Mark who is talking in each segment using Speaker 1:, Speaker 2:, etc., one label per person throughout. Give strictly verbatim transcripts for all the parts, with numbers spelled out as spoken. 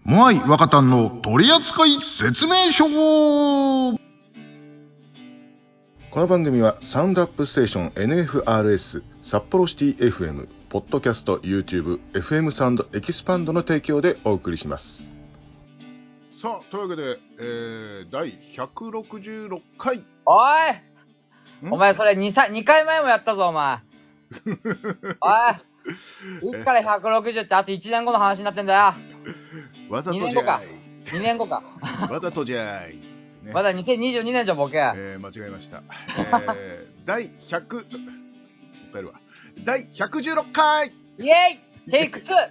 Speaker 1: モアイ若旦の取扱説明書。
Speaker 2: この番組はサウンドアップステーション エヌエフアールエス 札幌シティ エフエム ポッドキャスト YouTube エフエム サウンドエキスパンドの提供でお送りします。さあというわけで、えー、だいひゃくろくじゅうろっかい。
Speaker 3: おいお前それ 2, 2回前もやったぞお前おいいつからひゃくろくじゅうってあといちねんごの話になってんだよ。
Speaker 2: わざとじゃい。
Speaker 3: にねんごか
Speaker 2: わざとじゃい、
Speaker 3: ね、まだにせんにじゅうにねんじゃボケ、
Speaker 2: えー、間違えました、えー、だいひゃく帰るわだいひゃくじゅうろっかい
Speaker 3: イエイテイクツー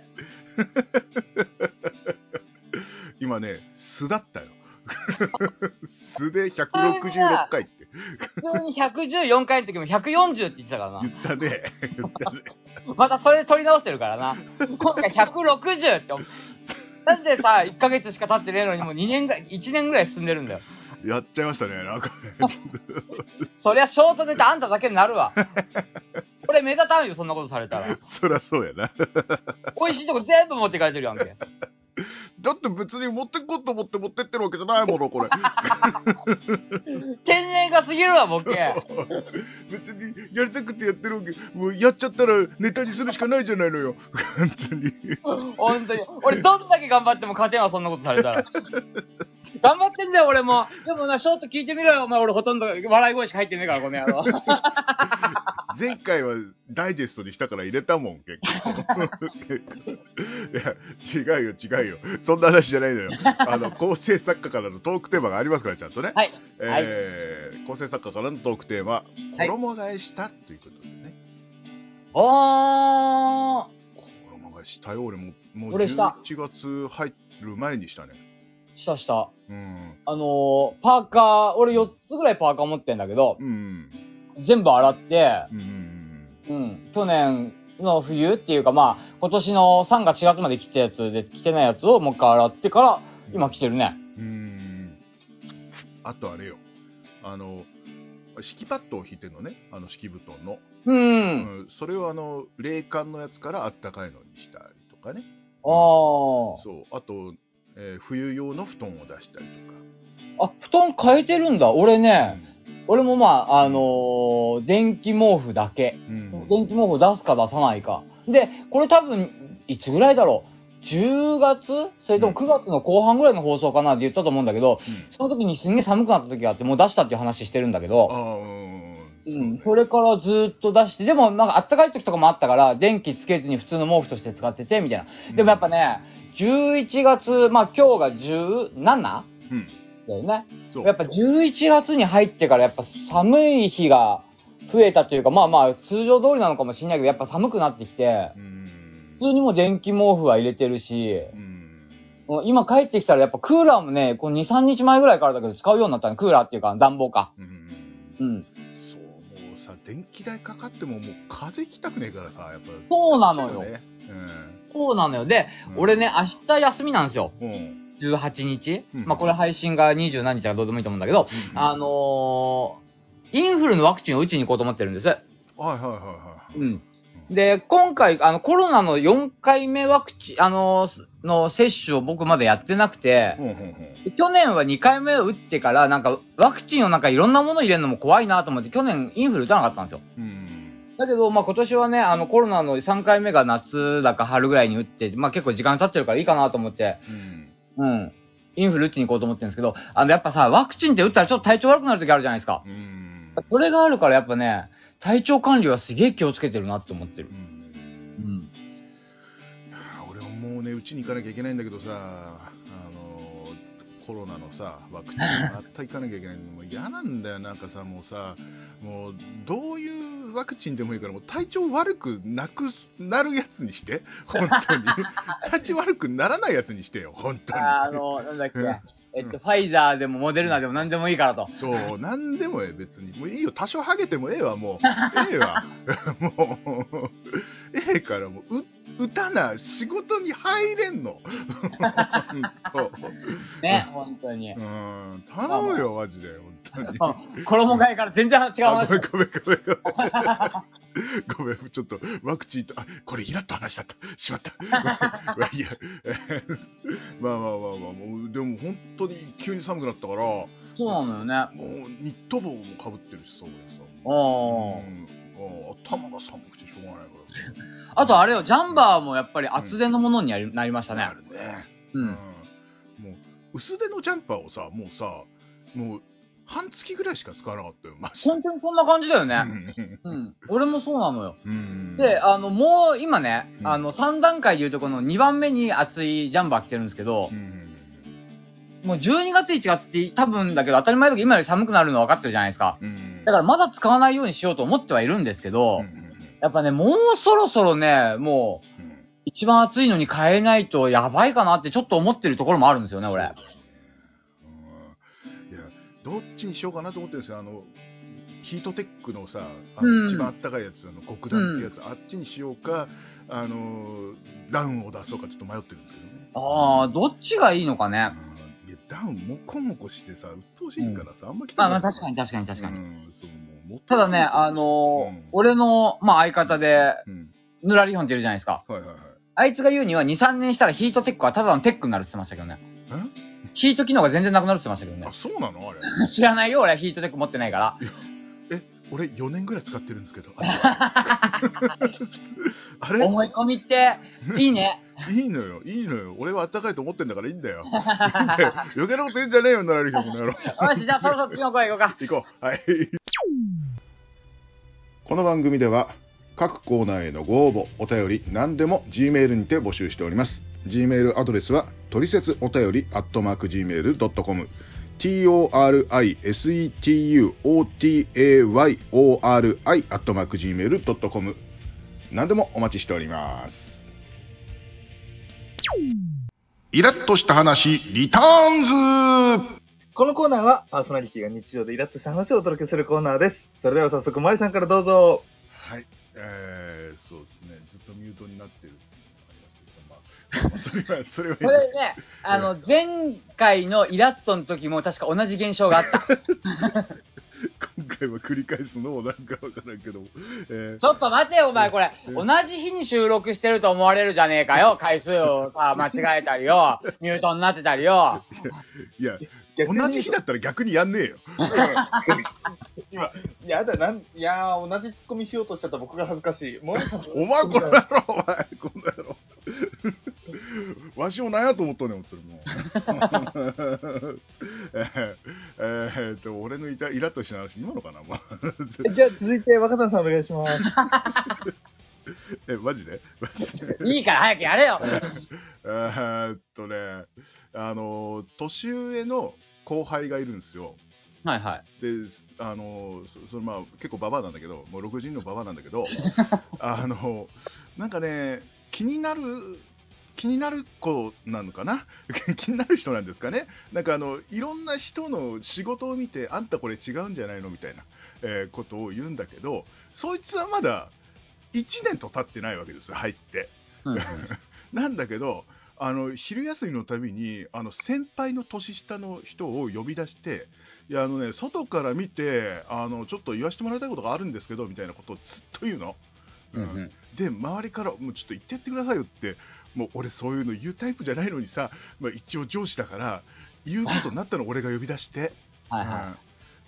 Speaker 2: 今ね素だったよ素でひゃくろくじゅうろっかいって
Speaker 3: 普通にひゃくじゅうよんかいの時もひゃくよんじゅうって言ってたからな。
Speaker 2: 言ったね言ったね
Speaker 3: またそれで取り直してるからな。今回ひゃくろくじゅうってなんでさいっかげつしか経ってねえのにもうにねんがいちねんぐらい進んでるんだよ。
Speaker 2: やっちゃいましたねなんかね
Speaker 3: そりゃショートネタあんただけになるわ俺目立たんよそんなことされたら。
Speaker 2: そりゃそうやな
Speaker 3: 美味しいとこ全部持ってかれてるやんけ。
Speaker 2: だって別に持ってこうと思って持ってってるわけじゃないものこれ
Speaker 3: 天然が過ぎるわボケ
Speaker 2: 別にやりたくてやってるわけもうやっちゃったらネタにするしかないじゃないのよ本当に
Speaker 3: 本当に俺どんだけ頑張っても勝てんわそんなことされたら頑張ってんだよ俺も。でもなショート聞いてみろよお前俺ほとんど笑い声しか入ってねえからこの野郎
Speaker 2: 前回はダイジェストにしたから入れたもん結構いや違うよ違うよそんな話じゃないのよあの構成作家からのトークテーマがありますからちゃんとね、
Speaker 3: はい
Speaker 2: えーはい、構成作家からのトークテーマ、衣替えしたということでね。
Speaker 3: あー
Speaker 2: 衣替えしたよ俺ももう
Speaker 3: 俺した
Speaker 2: じゅういちがつ入る前にしたね。
Speaker 3: したした、
Speaker 2: うん、
Speaker 3: あのー、パーカー俺よっつぐらいパーカー持ってんだけど、
Speaker 2: うん、
Speaker 3: 全部洗って、
Speaker 2: うん、
Speaker 3: うん、去年の冬っていうかまあ今年のさんがつしがつまで着たやつで着てないやつをもう一回洗ってから今着てるね。
Speaker 2: うん。あとあれよあの敷きパッドを引いてるのねあの敷布団の、
Speaker 3: うん、うん、
Speaker 2: それをあの冷感のやつからあったかいのにしたりとかね。
Speaker 3: ああ、
Speaker 2: そうあとえー、冬用の布団を出したり
Speaker 3: とか。あ、布団変えてるんだ。俺ね、うん、俺もまあ、あのー、電気毛布だけ、うん。電気毛布出すか出さないか。で、これ多分、いつぐらいだろう。じゅうがつそれともくがつの後半ぐらいの放送かなって言ったと思うんだけど、うん、その時にすんげえ寒くなった時があって、もう出したっていう話してるんだけど、
Speaker 2: あうん、
Speaker 3: うん、それからずっと出して、でもなんかあったかい時とかもあったから、電気つけずに普通の毛布として使ってて、みたいな。でもやっぱね、じゅういちがつ、まあ今日がじゅうなな、うん、だよね。やっぱじゅういちがつに入ってからやっぱ寒い日が増えたというか、まあまあ通常通りなのかもしれないけど、やっぱ寒くなってきて、うん、普通にもう電気毛布は入れてるし、うん、もう今帰ってきたらやっぱクーラーもね、こうに、さんにちまえぐらいからだけど使うようになったの。クーラーっていうか暖房か。うん。
Speaker 2: うん、そう、もうさ、電気代かかってももう風邪ひきたくねえからさ、やっぱ。
Speaker 3: そうなのよ。
Speaker 2: ね、うん、
Speaker 3: そうなのよ。で、うん、俺ね、明日休みなんですよ。うん、じゅうはちにち、うん、まあこれ配信がにじゅうなんにちかどうでもいいと思うんだけど、うん、あのー、インフルのワクチンを打ちに行こうと思ってるんです。はい
Speaker 2: はいはいはい。
Speaker 3: うん。で、今回、あの、コロナのよんかいめワクチン、あのー、の接種を僕まだやってなくて、うんうんうん、去年はにかいめを打ってから、なんか、ワクチンをなんかいろんなもの入れるのも怖いなと思って、去年インフル打たなかったんですよ。うんだけど、まあ、今年はね、あの、コロナのさんかいめが夏だか春ぐらいに打って、まあ、結構時間経ってるからいいかなと思って、うん。うん。インフル打ちに行こうと思ってるんですけど、あの、やっぱさ、ワクチンって打ったらちょっと体調悪くなる時あるじゃないですか。うん。それがあるからやっぱね、体調管理はすげえ気をつけてるなって思ってる。うん。うん。
Speaker 2: 俺はもうね、打ちに行かなきゃいけないんだけどさ、コロナのさワクチンまた行かなきゃいけないのもう嫌なんだよ。なんかさもうさもうどういうワクチンでもいいからもう体調悪くなくなるやつにして本当に体調悪くならないやつにしてよ本当に。
Speaker 3: あのなんだっけえっと、うん、ファイザーでもモデルナでも何でもいいからと。
Speaker 2: そう何でもええ別にもういいよ多少ハゲてもええわもうええわもうええからもう打っ打たな仕事に入れんの
Speaker 3: ね、本当に。
Speaker 2: うん、頼むよ、マジで、本当に。
Speaker 3: 衣替えから全然違う話。
Speaker 2: ごめん、ごめん、ごめん、ごめん。ごめん、ちょっとワクチンと、あ、これイラッと話だった。しまった。いや、まあまあまあまあ、もうでも本当に急に寒くなったから。
Speaker 3: そうなのよね。
Speaker 2: もうニット帽もかぶってるしさ、俺さ。
Speaker 3: ああ。
Speaker 2: 頭が寒くてしょうがないから。
Speaker 3: あとあれよ、ジャンバーもやっぱり厚手のものになりましたね。
Speaker 2: なるね。
Speaker 3: うん。
Speaker 2: もう薄手のジャンパーをさ、もうさ、もう半月ぐらいしか使わなかったよ、マジで。
Speaker 3: 本当にそんな感じだよね。うん。俺もそうなのよ。で、あの、もう今ね、あの、さんだんかいでいうとこのにばんめに厚いジャンバー着てるんですけど、もうじゅうにがついちがつって多分だけど当たり前だけど今より寒くなるの分かってるじゃないですか。だからまだ使わないようにしようと思ってはいるんですけど、やっぱね、もうそろそろね、もう、一番暑いのに変えないとやばいかなってちょっと思ってるところもあるんですよね、俺。
Speaker 2: どっちにしようかなと思ってるんですよ。あのヒートテックのさ、あの、うん、一番あったかいやつ、あの極暖ってやつ、うん、あっちにしようか、あのダウンを出そうかちょっと迷ってるんですけどね。
Speaker 3: ああ、どっちがいいのかね。
Speaker 2: いや、ダウンもこもこしてさ、うっとうしいからさ、うん、あんま着
Speaker 3: たくない。まあ、確かに確かに確かに。うん、
Speaker 2: そうもう
Speaker 3: ただね、あのーうん、俺の、まあ、相方で、うん、ヌラリホンっているじゃないですか。はいはいはい。あいつが言うにはに、さんねんしたらヒートテックはただのテックになるって言ってましたけどね。
Speaker 2: え
Speaker 3: ヒート機能が全然なくなるって言ってましたけどね。
Speaker 2: あ、そうなのあれ。
Speaker 3: 知らないよ、俺はヒートテック持ってないから。
Speaker 2: え、俺よねんぐらい使ってるんですけど。あれ
Speaker 3: 思い込みって、いいね。
Speaker 2: いいのよ、いいのよ。俺はあったかいと思ってんだからいいんだよ。いいんだよ。余計なこと言うんじゃねえよ、なられるよ、この野郎。よ
Speaker 3: し、じゃあそろそろ次の声行こうか。
Speaker 2: 行こう。はい。この番組では、各コーナーへのご応募、お便り、何でも G メールにて募集しております。G メールアドレスは、トリセツお便り、アットマーク ジーメールドットコム、トリセトオタヨリ、アットマーク ジーメールドットコム、何でもお待ちしております。
Speaker 1: イラッとした話、リターンズ。
Speaker 4: このコーナーは、パーソナリティが日常でイラッとした話をお届けするコーナーです。それでは早速、マリさんからどうぞ。
Speaker 2: はい。えー、そうですね。ずっとミュートになってる。まあ、それは、それは。
Speaker 3: これね、あの、前回のイラッとの時も確か同じ現象があった。
Speaker 2: 今回は繰り返すのもなんかわからんけど、
Speaker 3: えー、ちょっと待てよお前これ、えー、同じ日に収録してると思われるじゃねえかよ。回数をさ間違えたりよ、ミュートになってたりよ。
Speaker 2: いや、同じ日だったら逆にやんねえよ。
Speaker 4: 今いやだなんいや同じツッコミしようとしちゃった僕が恥ずかしい。もう
Speaker 2: お前この野郎、お前この野郎。わしもなんやと思ったねん、それもう。えー、えー、っと俺のイライラッとした話今のかな。まあ、
Speaker 4: じゃあ続いて若田さんお願いします。
Speaker 2: え、マジで？
Speaker 3: いいから早くやれよ。
Speaker 2: えーっとね、あの年上の後輩がいるんですよ。
Speaker 3: はいはい。
Speaker 2: で、あのそそれまあ結構ババアなんだけど、もうろくじゅうのババアなんだけど、あのなんかね気になる気になる子なのかな気になる人なんですかね。なんかあのいろんな人の仕事を見てあんたこれ違うんじゃないのみたいな、えー、ことを言うんだけど、そいつはまだいちねんと経ってないわけですよ、入って、うんうん、なんだけどあの昼休みのたびにあの先輩の年下の人を呼び出して、いやあのね外から見てあのちょっと言わせてもらいたいことがあるんですけどみたいなことをずっと言うの、うんうん、で周りからもうちょっと言ってやってくださいよって、もう俺そういうの言うタイプじゃないのにさ、まあ、一応上司だから言うことになったの俺が呼び出してはい、はい、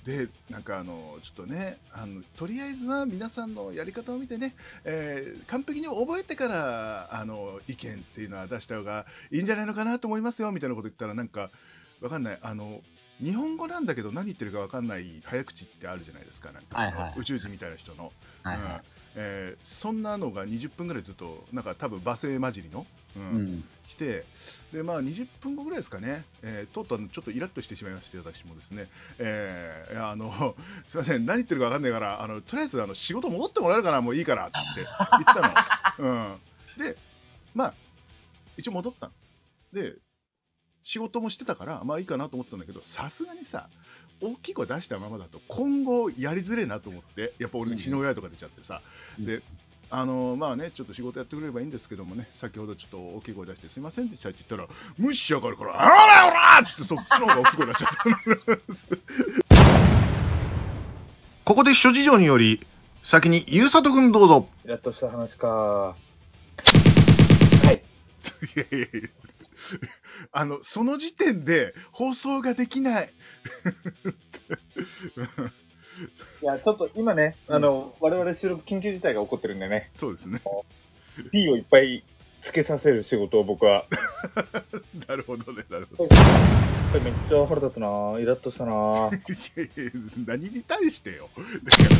Speaker 2: でなんかあのちょっとねあのとりあえずは皆さんのやり方を見てね、えー、完璧に覚えてからあの意見っていうのは出した方がいいんじゃないのかなと思いますよみたいなこと言ったら、なんかわかんない、あの日本語なんだけど何言ってるかわかんない早口ってあるじゃないですか、なんか、はいはい、宇宙人みたいな人の、はいはい、うんえー、そんなのがにじゅっぷんぐらいずっとなんか多分罵声混じりの、うんうん、来て、でまあにじゅっぷんごぐらいですかね、えー、とうとうちょっとイラッとしてしまいまして、私もですね、えー、あのすいません何言ってるか分かんないからあのとりあえずあの仕事戻ってもらえるかな、もういいからって言ったの、うん、でまあ一応戻ったので仕事もしてたからまあいいかなと思ってたんだけど、さすがにさ大きい声出したままだと今後やりづれえなと思って、やっぱ俺の日の親とか出ちゃってさ、うん、であのまあね、ちょっと仕事やってくれればいいんですけどもね、先ほどちょっと大きい声出してすいませんでしたって言ったら、無視しやがるから、あらおらーってそっちの方が大きい声出しちゃった。
Speaker 1: ここで諸事情により、先にゆうさとくんどうぞ。
Speaker 4: イラッとした話か。はい。
Speaker 2: いやいやいやあの、その時点で放送ができない。
Speaker 4: いや、ちょっと今ね、あの、我々収録緊急事態が起こってるんでね。
Speaker 2: そうですね。
Speaker 4: P をいっぱいつけさせる仕事を僕は。
Speaker 2: なるほどね、なるほど。
Speaker 4: めっちゃ腹立つなぁ。イラッとしたなぁ。
Speaker 2: いやいや何に対してよ。だから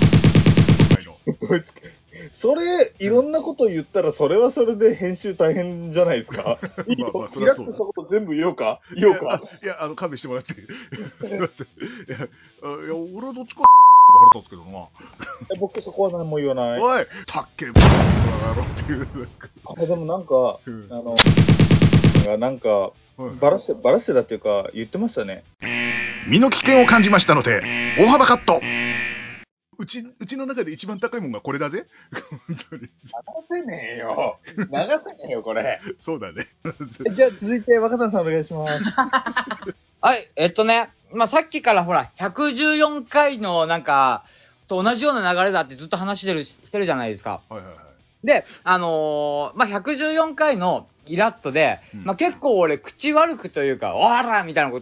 Speaker 4: それ、いろんなこと言ったら、それはそれで編集大変じゃないですか。いいよ、
Speaker 2: まあまあそ
Speaker 4: イ
Speaker 2: りゃそうだ
Speaker 4: ラッとしたこと全部言おうか言おうか。
Speaker 2: いや、いやあの、勘弁してもらって。すいません。いや、あいや俺はどっちか腹立つけどな。
Speaker 4: 僕そこは何も言わない。
Speaker 2: おい、たっけえ、バカ野郎っていう。
Speaker 4: あでもなんか、
Speaker 2: うん、
Speaker 4: あの、がなんか、バラして、バラしてたっていうか、言ってましたね。
Speaker 1: 身の危険を感じましたので、大幅カット。
Speaker 2: うち、うちの中で一番高いもんがこれだぜ。本当に。
Speaker 4: 流せねえよ。流せねえよ、これ。
Speaker 2: そうだね。
Speaker 4: じゃあ続いて若田さんお願いします。
Speaker 3: はい、えっとね、まあ、さっきからほら、ひゃくじゅうよんかいのなんか、と同じような流れだってずっと話してる、してるじゃないですか。
Speaker 2: はいはいはい。
Speaker 3: で、あのー、まあ、ひゃくじゅうよんかいのイラッとで、うん、まあ、結構俺口悪くというか、おらみたいなこと、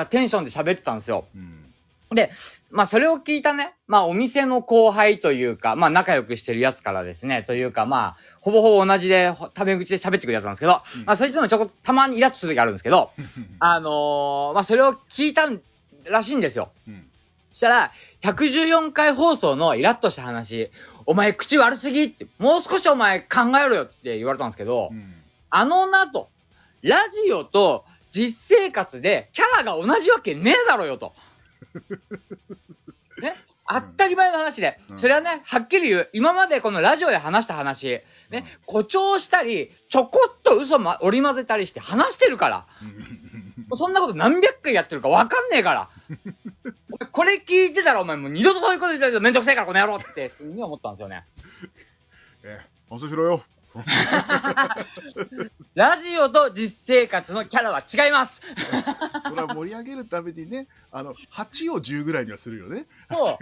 Speaker 3: テンションで喋ってたんですよ。うんで、まあそれを聞いたね、まあお店の後輩というか、まあ仲良くしてるやつからですね、というかまあ、ほぼほぼ同じで、タメ口で喋ってくるやつなんですけど、うん、まあそいつもちょこっとたまにイラッとする時あるんですけど、あのー、まあそれを聞いたらしいんですよ。うん、そしたら、ひゃくじゅうよんかい放送のイラッとした話、お前口悪すぎって、もう少しお前考えろよって言われたんですけど、うん、あのなと、ラジオと実生活でキャラが同じわけねえだろよと。ね、当たり前の話で、うん、それはね、はっきり言う、今までこのラジオで話した話、ね、うん、誇張したり、ちょこっと嘘、ま、織り交ぜたりして話してるから。そんなこと何百回やってるか分かんねえから。これ聞いてたらお前もう二度とそういうこと言ったらめんどくせえからこの野郎って、すんげえ思ったんですよね。
Speaker 2: え、反省しろよ。
Speaker 3: ラジオと実生活のキャラは違います。
Speaker 2: それは盛り上げるためにね、あのはちをじゅうぐらいにはするよね。
Speaker 3: そう。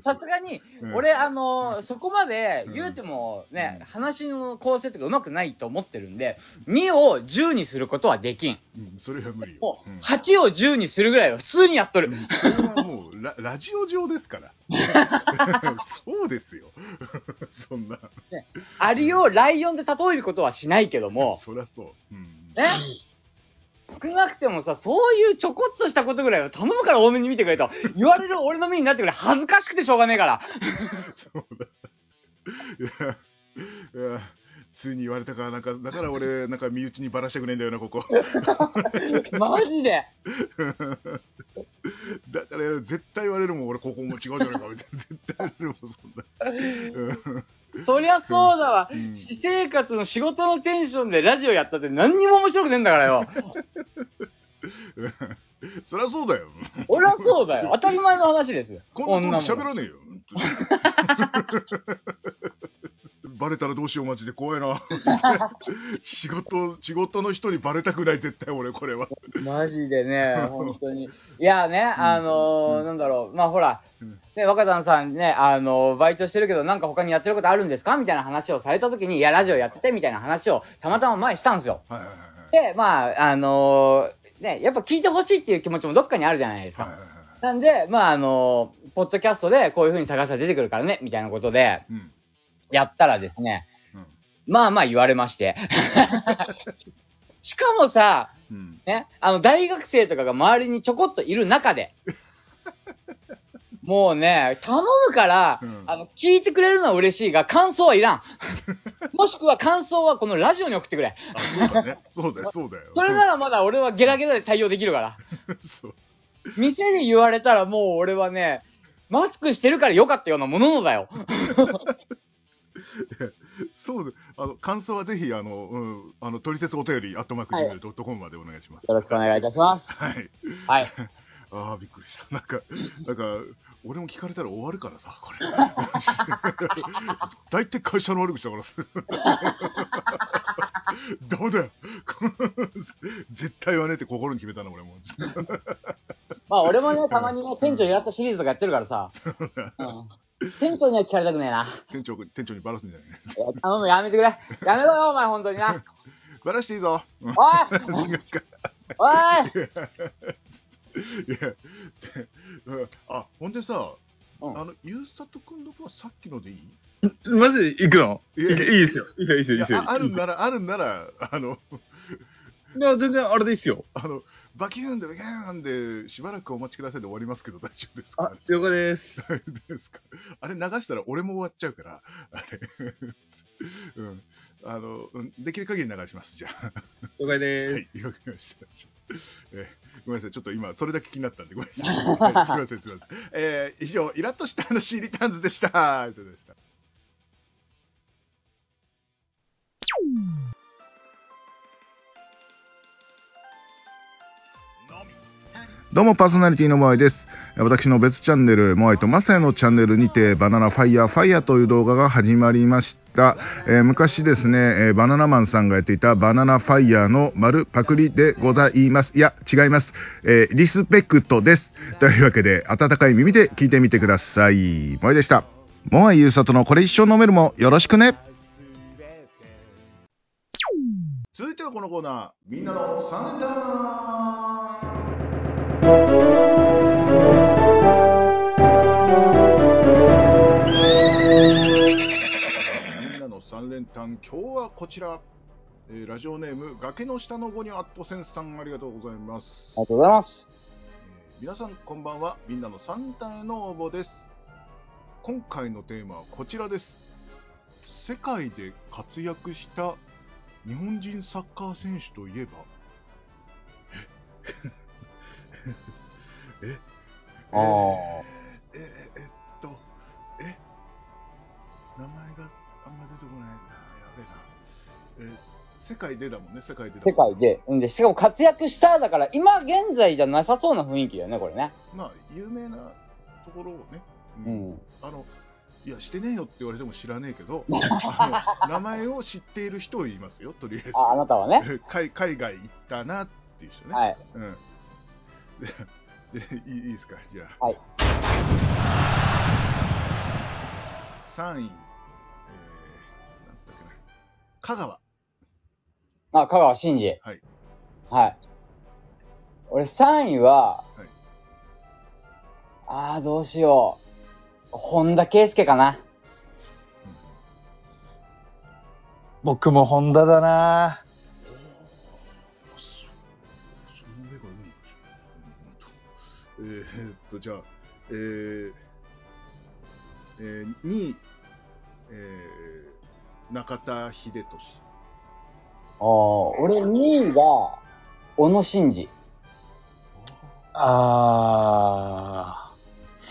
Speaker 3: さすがに、うん、俺あのー、そこまで言うてもね、うん、話の構成とかうまくないと思ってるんで、にをじゅうにすることはできん。
Speaker 2: うん、それは無理よ。
Speaker 3: もう、うん、はちをじゅうにするぐらいは普通にやっとる。うん、
Speaker 2: それはもうラ、ラジオ上ですから。そうですよ。そんな。
Speaker 3: ね、アリをライオンで例えることはしないけども。
Speaker 2: そりゃそう。うん、
Speaker 3: ね。少なくてもさ、そういうちょこっとしたことぐらいは頼むから多めに見てくれと言われる俺の身になってくれ。恥ずかしくてしょうがねえから。
Speaker 2: そうだ。いや、いや、ついに言われたから、なんか、だから俺、なんか身内にばらしたくねえんだよな、ここ。
Speaker 3: マジで
Speaker 2: だから、絶対言われるもん、俺、ここも違うじゃないか、みたいな。絶対言われるもん、そんな。
Speaker 3: そりゃそうだわ、うん。私生活の仕事のテンションでラジオやったって何にも面白くねえんだからよ。
Speaker 2: そりゃそうだよ。
Speaker 3: 俺はそうだよ。当たり前の話ですよ。
Speaker 2: こんなこと喋らねえよ。バレたらどうしようマジで怖いな。仕事、仕事の人にバレたくない絶対俺これは。
Speaker 3: マジでね、本当に。いやね、あのーうん、なんだろう、まあほら、うん、ね、若田さんね、あのー、バイトしてるけどなんか他にやってることあるんですかみたいな話をされた時に、いや、ラジオやっててみたいな話をたまたま前したんですよ。はいはいはい、で、まあ、あのー、ね、やっぱ聞いてほしいっていう気持ちもどっかにあるじゃないですか。はいはいはい、なんで、まああのー、ポッドキャストでこういう風に探したら出てくるからね、みたいなことで、うんやったらですね、うん、まあまあ言われまして。しかもさ、うん、ね、あの大学生とかが周りにちょこっといる中で、もうね、頼むから、うん、あの、聞いてくれるのは嬉しいが、感想はいらん。もしくは感想はこのラジオに送ってくれ。
Speaker 2: あ、そうだね。そうだよ、そうだよ。
Speaker 3: それならまだ俺はゲラゲラで対応できるから。そう店に言われたらもう俺はね、マスクしてるからよかったようなもののだよ。
Speaker 2: そうです。あの感想はぜひあの、うん、あのトリセツお便りアットマークジーメールドットコムまでお願いします。
Speaker 3: よろしくお願いいたします。
Speaker 2: はい。
Speaker 3: はい。
Speaker 2: ああ、びっくりした。なんか、なんか、俺も聞かれたら終わるからさ、これ。大体会社の悪口だからさ。ダメだよ。絶対言わねえって心に決めたの、俺も。
Speaker 3: まあ、俺もね、たまにね、店長イラストシリーズとかやってるからさ。うん、店長には聞かれたくねえな。
Speaker 2: 店長、店長にバラすんじゃないね。
Speaker 3: 頼む、やめてくれ。やめろよ、お前、ほんとにな。
Speaker 2: バラしていいぞ。
Speaker 3: おい
Speaker 2: おいいや、あ、ほんでさ、うん、あの、ゆうさとくんの子はさっきのでいい？
Speaker 5: マジで行くの？いいですよ。いいですよ、いいですよ。
Speaker 2: あるんなら、あるんなら、あの、
Speaker 5: いや、全然あれでいいっすよ。
Speaker 2: あの、バキューンでバキューンで、しばらくお待ちくださいで終わりますけど、大丈夫ですか？
Speaker 5: あ、了解です。
Speaker 2: 大丈夫ですか？あれ流したら俺も終わっちゃうから、あれ。うん。あの、できる限り流します、じゃあ。
Speaker 5: 了解です。
Speaker 2: はい、了解しました。えー、ごめんなさい、ちょっと今、それだけ気になったんで、ごめんなさい。はい、すみません、すみません。えー、以上、イラッとした話、リターンズでした。以上でした。
Speaker 1: どうもパーソナリティのモアイです。私の別チャンネルモアイとマサヤのチャンネルにてバナナファイヤーファイヤーという動画が始まりました。えー、昔ですね、えー、バナナマンさんがやっていたバナナファイヤーの丸パクリでございます。いや違います、えー、リスペクトです。というわけで温かい耳で聞いてみてください。モアイでした。モアイゆうさとのこれ一生飲めるもよろしくね。
Speaker 2: 続いてはこのコーナー、みんなのさん連単。みんなのさん連単、今日はこちら、えー、ラジオネーム崖の下のゴニョアットセンスさん、ありがとうございます。
Speaker 3: ありがとうございます。
Speaker 2: えー、皆さんこんばんは。みんなのさん連単への応募です。今回のテーマはこちらです。世界で活躍した日本人サッカー選手といえばえ
Speaker 3: ああ
Speaker 2: えええっとえ名前があんま出てこないな。やべえな。え世界でだもんね。世界でだもん。
Speaker 3: 世界で、うん、でしかも活躍しただから今現在じゃなさそうな雰囲気だよね、これね。
Speaker 2: まあ有名なところをね、
Speaker 3: うん、うん、
Speaker 2: あのいやしてねえよって言われても知らねえけどあの名前を知っている人いますよ、とりあえず。
Speaker 3: あ、あなたはね
Speaker 2: 海, 海外行ったなっていう人ね。
Speaker 3: はい、
Speaker 2: うん、ででいいいいですか、じゃあ、
Speaker 3: はい、
Speaker 2: さんい、えー、なんつったっけな、香川。
Speaker 3: あ、香川真司。
Speaker 2: はい。
Speaker 3: はい。俺さんいは、
Speaker 2: はい、
Speaker 3: あーどうしよう。本田圭佑かな。
Speaker 5: うん、僕も本田だな。
Speaker 2: その目がいいんだ。えー、っとじゃあ、えーえー、にい、えー、中田英寿。
Speaker 3: ああ、俺にいが小野伸二。
Speaker 5: あー。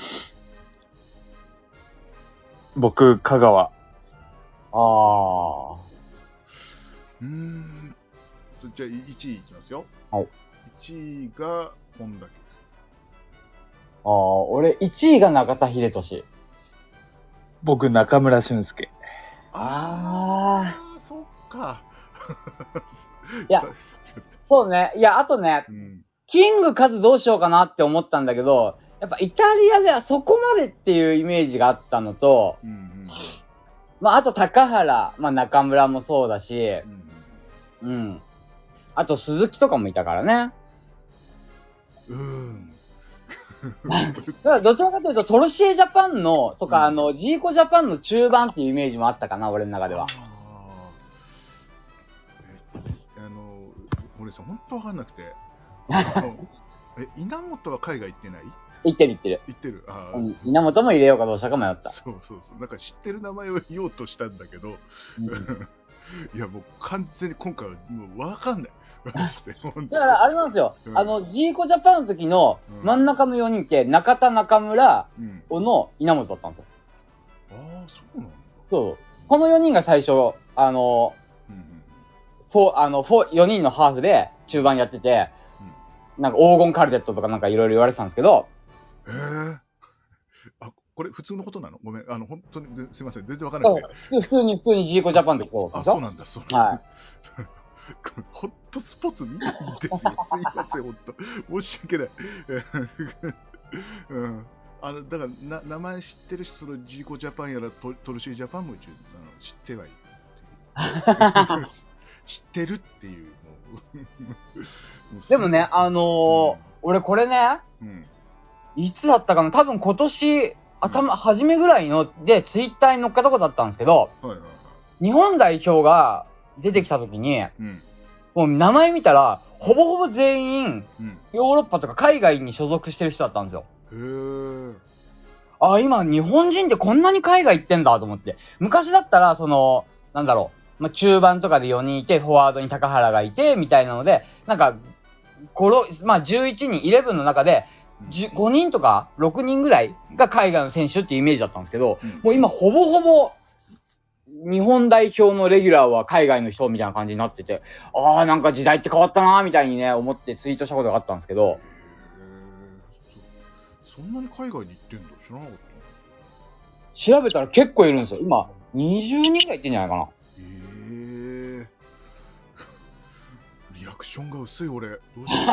Speaker 5: 僕、香川。あ
Speaker 3: あ。
Speaker 2: うーん。じゃあいちいいきますよ。
Speaker 3: はい。
Speaker 2: いちいが本田圭佑。
Speaker 3: ああ、俺いちいが中田英寿。
Speaker 5: 僕、中村俊輔。
Speaker 3: ああ。
Speaker 2: そっか。
Speaker 3: いや、そうね。いや、あとね、うん、キングカズどうしようかなって思ったんだけど、やっぱイタリアではそこまでっていうイメージがあったのと、うんうん、まああと高原、まあ中村もそうだし、うん、うん、あと鈴木とかもいたからね。うん。だからどちらかというとトロシエジャパンのとか、うん、あのジーコジャパンの中盤っていうイメージもあったかな、俺の中では。あ
Speaker 2: あの俺さ本当わかんなくて。え稲本は海外行ってない？
Speaker 3: 行ってる行ってる。
Speaker 2: 行ってる。あ、
Speaker 3: うん、稲本も入れようかどうしたか迷った。
Speaker 2: そうそうそう。なんか知ってる名前を言おうとしたんだけど、うん、いやもう完全に今回はもうわかんない。だ
Speaker 3: からあれなんですよ。うん、あのジーコジャパンの時の真ん中のよにんって中田、中村、小野、稲本だったんですよ。
Speaker 2: ああ、そうなんだ。
Speaker 3: そう。このよにんが最初あの、うん、フォーあのフォーよにんのハーフで中盤やってて。 なんか黄金カルテットとかなんかいろいろ言われてたんですけど。
Speaker 1: へえ。あ、これ普通のことなの？ごめん、あの本当にすいません、全然わからなくて。
Speaker 3: 普通普通に普通にジーコジャパンってそうでしょ。
Speaker 1: あ、そうなんだ、そうなんだ。
Speaker 3: はい。
Speaker 1: ホットスポーツ見ないんですよ。すいません、本当。申し訳ない。うん。あの、だからな、名前知ってる人、そのジーコジャパンやらトトルシージャパンも一応あの知ってはいる。知ってるっていう。もう
Speaker 3: でもね、あのーうん、俺これね、うん、いつだったかな、多分今年頭、初めぐらいのでツイッターに載っかったことだったんですけど、はいはいはい、日本代表が出てきた時に、うん、もう名前見たらほぼほぼ全員、うん、ヨーロッパとか海外に所属してる人だったんですよ。へー。あ、今日本人ってこんなに海外行ってんだと思って。昔だったらそのなんだろう、まあ、中盤とかでよにんいてフォワードに高原がいてみたいなので、なんかまあ、じゅういちにん、じゅういちの中でごにんとかろくにんぐらいが海外の選手っていうイメージだったんですけど、うん、もう今ほぼほぼ日本代表のレギュラーは海外の人みたいな感じになってて、ああなんか時代って変わったなーみたいにね思ってツイートしたことがあったんですけど。
Speaker 1: そんなに海外に行ってんだ、知らなかった。
Speaker 3: 調べたら結構いるんですよ。今にじゅうにんぐらい行ってんじゃないかな。へ
Speaker 1: え。リアクションが薄い俺。どうしよう。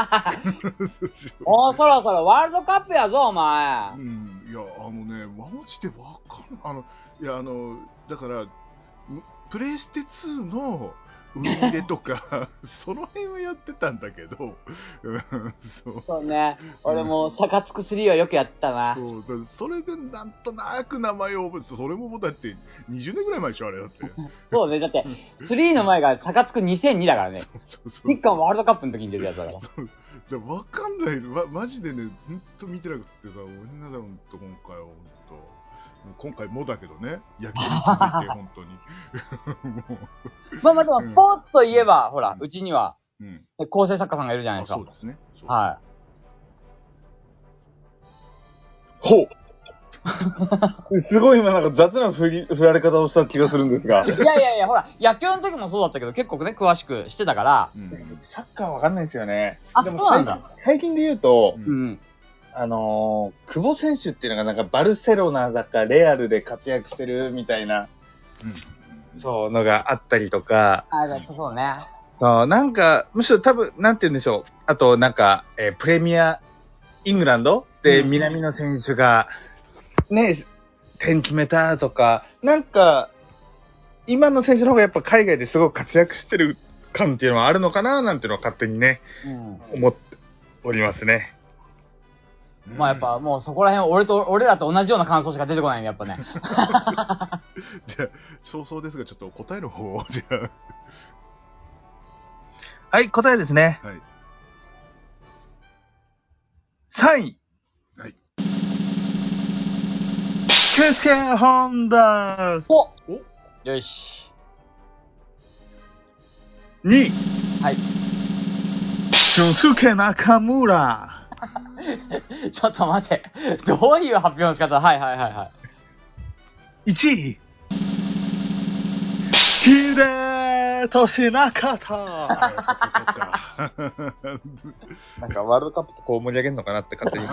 Speaker 3: おー、そろそろワールドカップやぞお前。
Speaker 1: うん、いやあのね、マジでわかんない。あのいやあのだからプレイステツーのウイイレとかその辺はやってたんだけど、
Speaker 3: そう、そうね。俺もサカツクスリーはよくやったな。
Speaker 1: そうだ、それでなんとなく名前を覚えて、それもだってにじゅうねんぐらい前でしょあれだって。
Speaker 3: そうね、だってスリーの前がサカツクにせんにだからね。日韓ワールドカップの時に出るやつだから。
Speaker 1: そうわかんないの、ま、マジでね、ほんと見てなくてさ、みんなだほんと今回はほんと。今回もだけどね、野球に続いて本当に
Speaker 3: まあまあでもスポーツといえば、うん、ほらうちには、うん、構成作家さんがいるじゃないですか。
Speaker 1: そうですね。
Speaker 3: はい。
Speaker 5: ほうすごい今なんか雑な振り振られ方をした気がするんですが。
Speaker 3: いやいやいや、ほら野球の時もそうだったけど結構ね詳しくしてたから。
Speaker 5: うん、サッカーわかんないですよね。
Speaker 3: あ、
Speaker 5: でも
Speaker 3: そうなんだ。
Speaker 5: 最近で言うと。
Speaker 3: うん。
Speaker 5: あのー、久保選手っていうのがなんかバルセロナだかレアルで活躍してるみたいな、うん、そうのがあったりとか。
Speaker 3: あ、そうね。
Speaker 5: そう、なんか、むしろ多分、なんて言うんでしょう。あと、なんか、えー、プレミア、イングランドで南野選手が、ね、点決めたとか、なんか、今の選手の方がやっぱ海外ですごく活躍してる感っていうのはあるのかななんていうのは勝手にね、うん、思っておりますね。
Speaker 3: まあやっぱもうそこら辺俺と俺らと同じような感想しか出てこないねやっぱね。
Speaker 1: じゃあ早々ですがちょっと答えの方をじゃあ。
Speaker 5: はい答えですね。はい。さんい。はい。ケスケホンダ。
Speaker 3: お。お。よし。
Speaker 5: にい。
Speaker 3: はい。
Speaker 5: 俊介中村。
Speaker 3: ちょっと待って。どういう発表の仕方？はいはいはいはい。
Speaker 5: いちい。秀俊中田。なんかワールドカップとこう盛り上げるのかなって勝手に。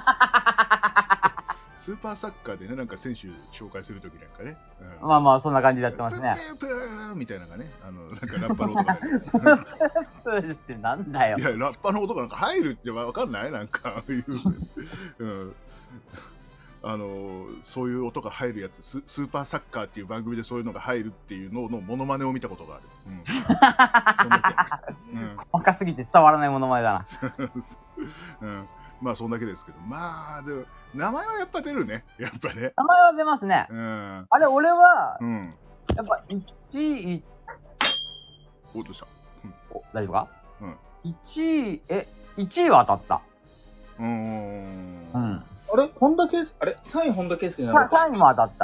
Speaker 1: スーパーサッカーでね、なんか選手紹介するときなんかね、
Speaker 3: うん、まあまあそんな感じでやってますね。
Speaker 1: プープーみたいなのがね、あのなんかラッパの音が入る。
Speaker 3: プーってなんだよ。
Speaker 1: いやラッパの音がなんか入るってわかんないなんかいう、うん、あのそういう音が入るやつス、スーパーサッカーっていう番組でそういうのが入るっていうののモノマネを見たことがある。うん、そんな
Speaker 3: うん、細かすぎて伝わらないモノマネだな。
Speaker 1: うん、まあそんだけですけど、まあでも名前はやっぱ出るね、やっぱね。
Speaker 3: 名前は出ますね。うん、あれ俺は、うん、やっぱいちい。
Speaker 1: おどうした？
Speaker 3: うん、お大丈夫か？うん。いちいえいちいは当たった。うーん。
Speaker 5: うん。あれ本田圭佑あれさんい本田圭佑じゃない？
Speaker 3: さんいも当たった。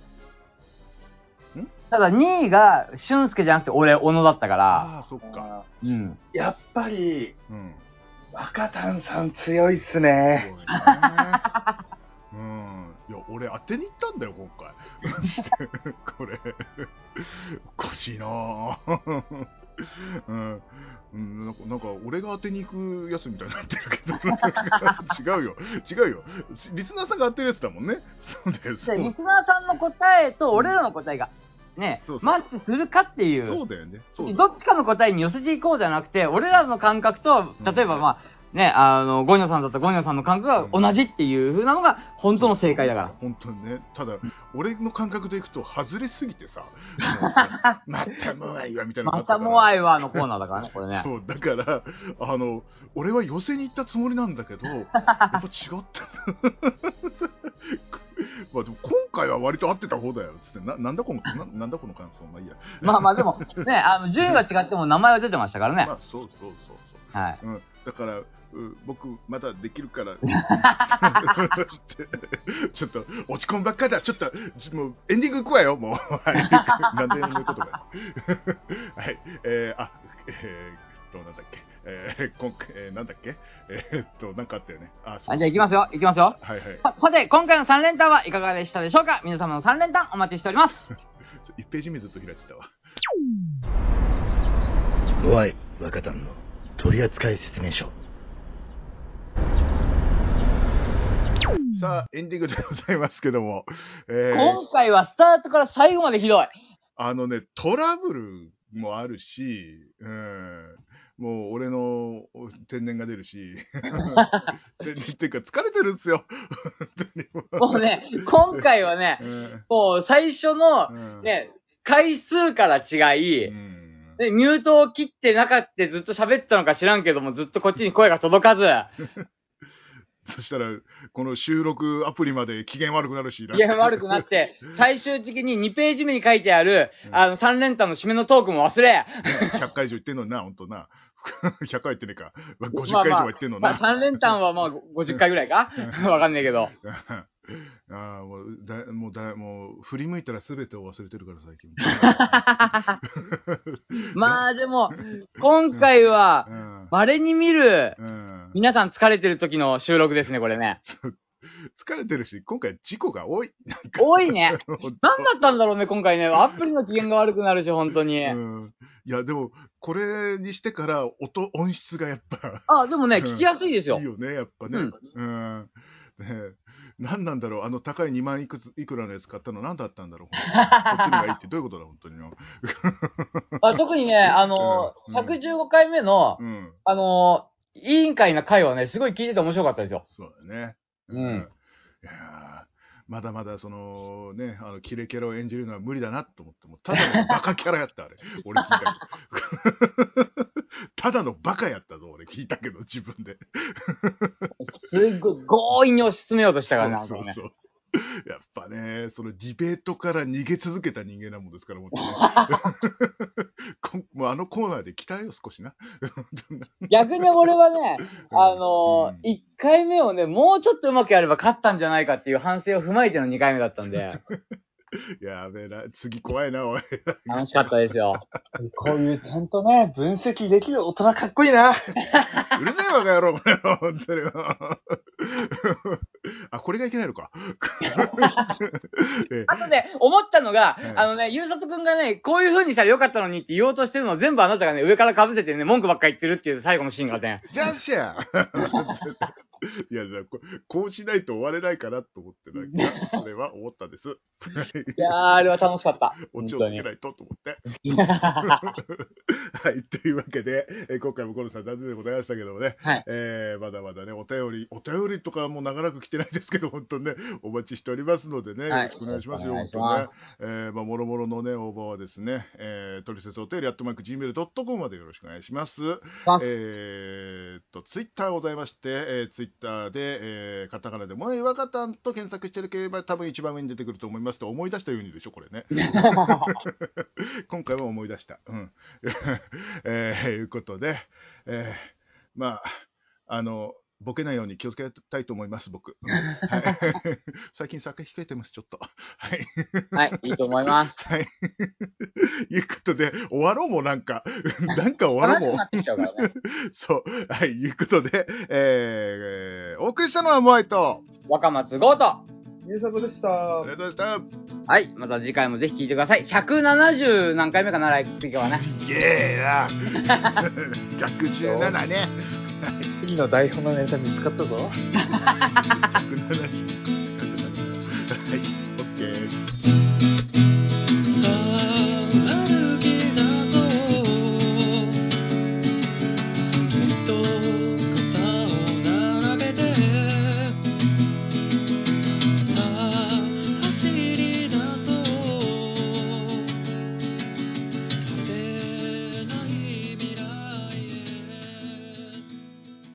Speaker 3: ん？ただにいが俊介じゃなくて俺小野だったから。
Speaker 1: ああそっか。
Speaker 5: うん。やっぱり。うん。若旦さん強いっすね。
Speaker 1: うん。いや俺俺当てに行ったんだよ今回これおかしいなぁうんうん、なんか、なんか俺が当てに行くやつみたいになってるけど違うよ違うよリスナーさんが当てるやつだもんね。そうだよ。
Speaker 3: リスナーさんの答えと俺らの答えがね、そうそうマッチするかっていう。
Speaker 1: そうだよね。そう
Speaker 3: どっちかの答えに寄せていこうじゃなくて、俺らの感覚と例えばまあ、うんね、あの、ゴニョさんだったらゴニョさんの感覚が同じっていう風なのが本当の正解だから。
Speaker 1: 本当にね。ただ、俺の感覚でいくと外れすぎてさ、またモアイはみたいなのがあったから。
Speaker 3: またモアイはのコーナーだからね、これね。
Speaker 1: そう、だから、あの、俺は寄せに行ったつもりなんだけど、やっぱ違った。まあでも今回は割と合ってた方だよつって、な、なんだこの、な、なんだこの感想、まあいいや。
Speaker 3: まあまあでも、ね、あの、順位は違っても名前は出てましたからね。
Speaker 1: まあそうそうそうそう。
Speaker 3: はい。
Speaker 1: うん。だから、僕まだできるからちょっと落ち込むばっかだ。ちょっともうエンディング行くわよもうなんでのことがはいえー、あえー、っとなんだっけえー、今回、えー、なんだっけえー、っとなんかあったよね。あ、そう
Speaker 3: あ、じゃあ行きますよ行きますよ。
Speaker 1: はいはい。
Speaker 3: さて今回のさん連単はいかがでしたでしょうか。皆様のさん連単お待ちしております
Speaker 1: いちページ目ずっと開いてたわ。
Speaker 6: モアイ若旦の取扱説明書。
Speaker 1: さあエンディングでございますけども、えー、
Speaker 3: 今回はスタートから最後までひどい。
Speaker 1: あのねトラブルもあるし、うん、もう俺の天然が出るし天然っていうか疲れてるんですよ
Speaker 3: もうね今回はね、うん、もう最初の、ね、うん、回数から違い、うん、でミュートを切ってなかったずっと喋ってたのか知らんけどもずっとこっちに声が届かず
Speaker 1: そしたら、この収録アプリまで機嫌悪くなるし。
Speaker 3: 機嫌悪くなって、最終的ににページ目に書いてある、うん、あの、さん連単の締めのトークも忘れ。
Speaker 1: ひゃっかい以上言ってんのにな、ほんとな。ひゃっかい言ってねえか。ごじゅっかい以上は言ってんのな。
Speaker 3: まあ、まあ、さん連単はまあごじゅっかいぐらいかわかんねえけど。
Speaker 1: ああ、もう、だ、もう、だ、もう、振り向いたら全てを忘れてるから最近。
Speaker 3: まあでも、今回は、稀に見る、皆さん疲れてる時の収録ですね、これね。
Speaker 1: 疲れてるし、今回事故が多い。
Speaker 3: 多いね。何だったんだろうね、今回ね。アプリの機嫌が悪くなるし、本当に。うん、
Speaker 1: いや、でも、これにしてから音、音質がやっぱ。
Speaker 3: あ、でもね、聞きやすいですよ。
Speaker 1: いいよね、やっぱね。うん。うんね、何なんだろう、あの高いにまんいくついくらのやつ買ったの何だったんだろう、こっちのがいいってどういうことだ、本当に
Speaker 3: あ。特にね、あのーうん、ひゃくじゅうごかいめの、うん、あのー、委員会の会はね、すごい聞いてて面白かったですよ。
Speaker 1: そうだね。
Speaker 3: うん。
Speaker 1: いやまだまだそのね、あのキレキャラを演じるのは無理だなと思って、もただのバカキャラやった、あれ。俺聞いたけど。ただのバカやったぞ、俺聞いたけど、自分で。
Speaker 3: すっごい強引に押し進めようとしたからね。
Speaker 1: そうそうそう。やっぱね、そのディベートから逃げ続けた人間なもんですから、もっとね。もうあのコーナーで鍛えよう、少しな。
Speaker 3: 逆に俺はね、あのーうん、いっかいめをね、もうちょっとうまくやれば勝ったんじゃないかっていう反省を踏まえてのにかいめだったんで。
Speaker 1: やべえな、次怖いな、おい。
Speaker 3: 楽しかったですよ。
Speaker 5: こういうちゃんとね、分析できる大人かっこいいな。
Speaker 1: うるせえわか野郎、これ。本当に。あ、これがいけないのか。
Speaker 3: あとね、思ったのが、はい、あのね、ゆうさとくんがね、こういう風にしたらよかったのにって言おうとしてるのを全部あなたがね、上から被せてね、文句ばっかり言ってるっていう最後のシーンがね。
Speaker 1: じゃんしゃいやこ、こうしないと終われないかなと思ってなんか、それは思ったんです。
Speaker 3: いやー、あれは楽しかった。
Speaker 1: オチをつけないとと思って。はい、というわけで、えー、今回もコロさん残念でございましたけどもね、はい、えー、まだまだね、お便り、お便りとかも長らく来てないですけど、本当にね、お待ちしておりますのでね、はい、よろしくお願いしますよ、本当ね。えー、まあ、もろもろのね、応募はですね、えー、トリセツお便り、アットマーク、ジーメールドットコム までよろしくお願いします。えーっと、ツイッターございまして、えー、ツイッターで、えー、カタカナで、もえわかたんと検索してるければ、多分一番上に出てくると思いますと、思い出したようにでしょ、これね。今回は思い出した。うん。えー、いうことで、えー、まあ、あの、ボケないように気をつけたいと思います、僕。はい、最近酒控えてます、ちょっと。はい。
Speaker 3: はい、いいと思います。
Speaker 1: はい。いうことで、終わろうもなんか、なんか終わろうも。そう。はい、いうことで、えー、お送りしたのはモアイと、
Speaker 3: 若松剛と、
Speaker 4: ゆうさこでした。
Speaker 1: ありがとうございまし
Speaker 3: はい、また次回もぜひ聞いてください。ひゃくななじゅう何回目かな、来月はね。
Speaker 1: た。すげえな。ひゃくじゅうななね。
Speaker 5: 次の台本のネタ見つかったぞ。
Speaker 1: ひゃくななじゅう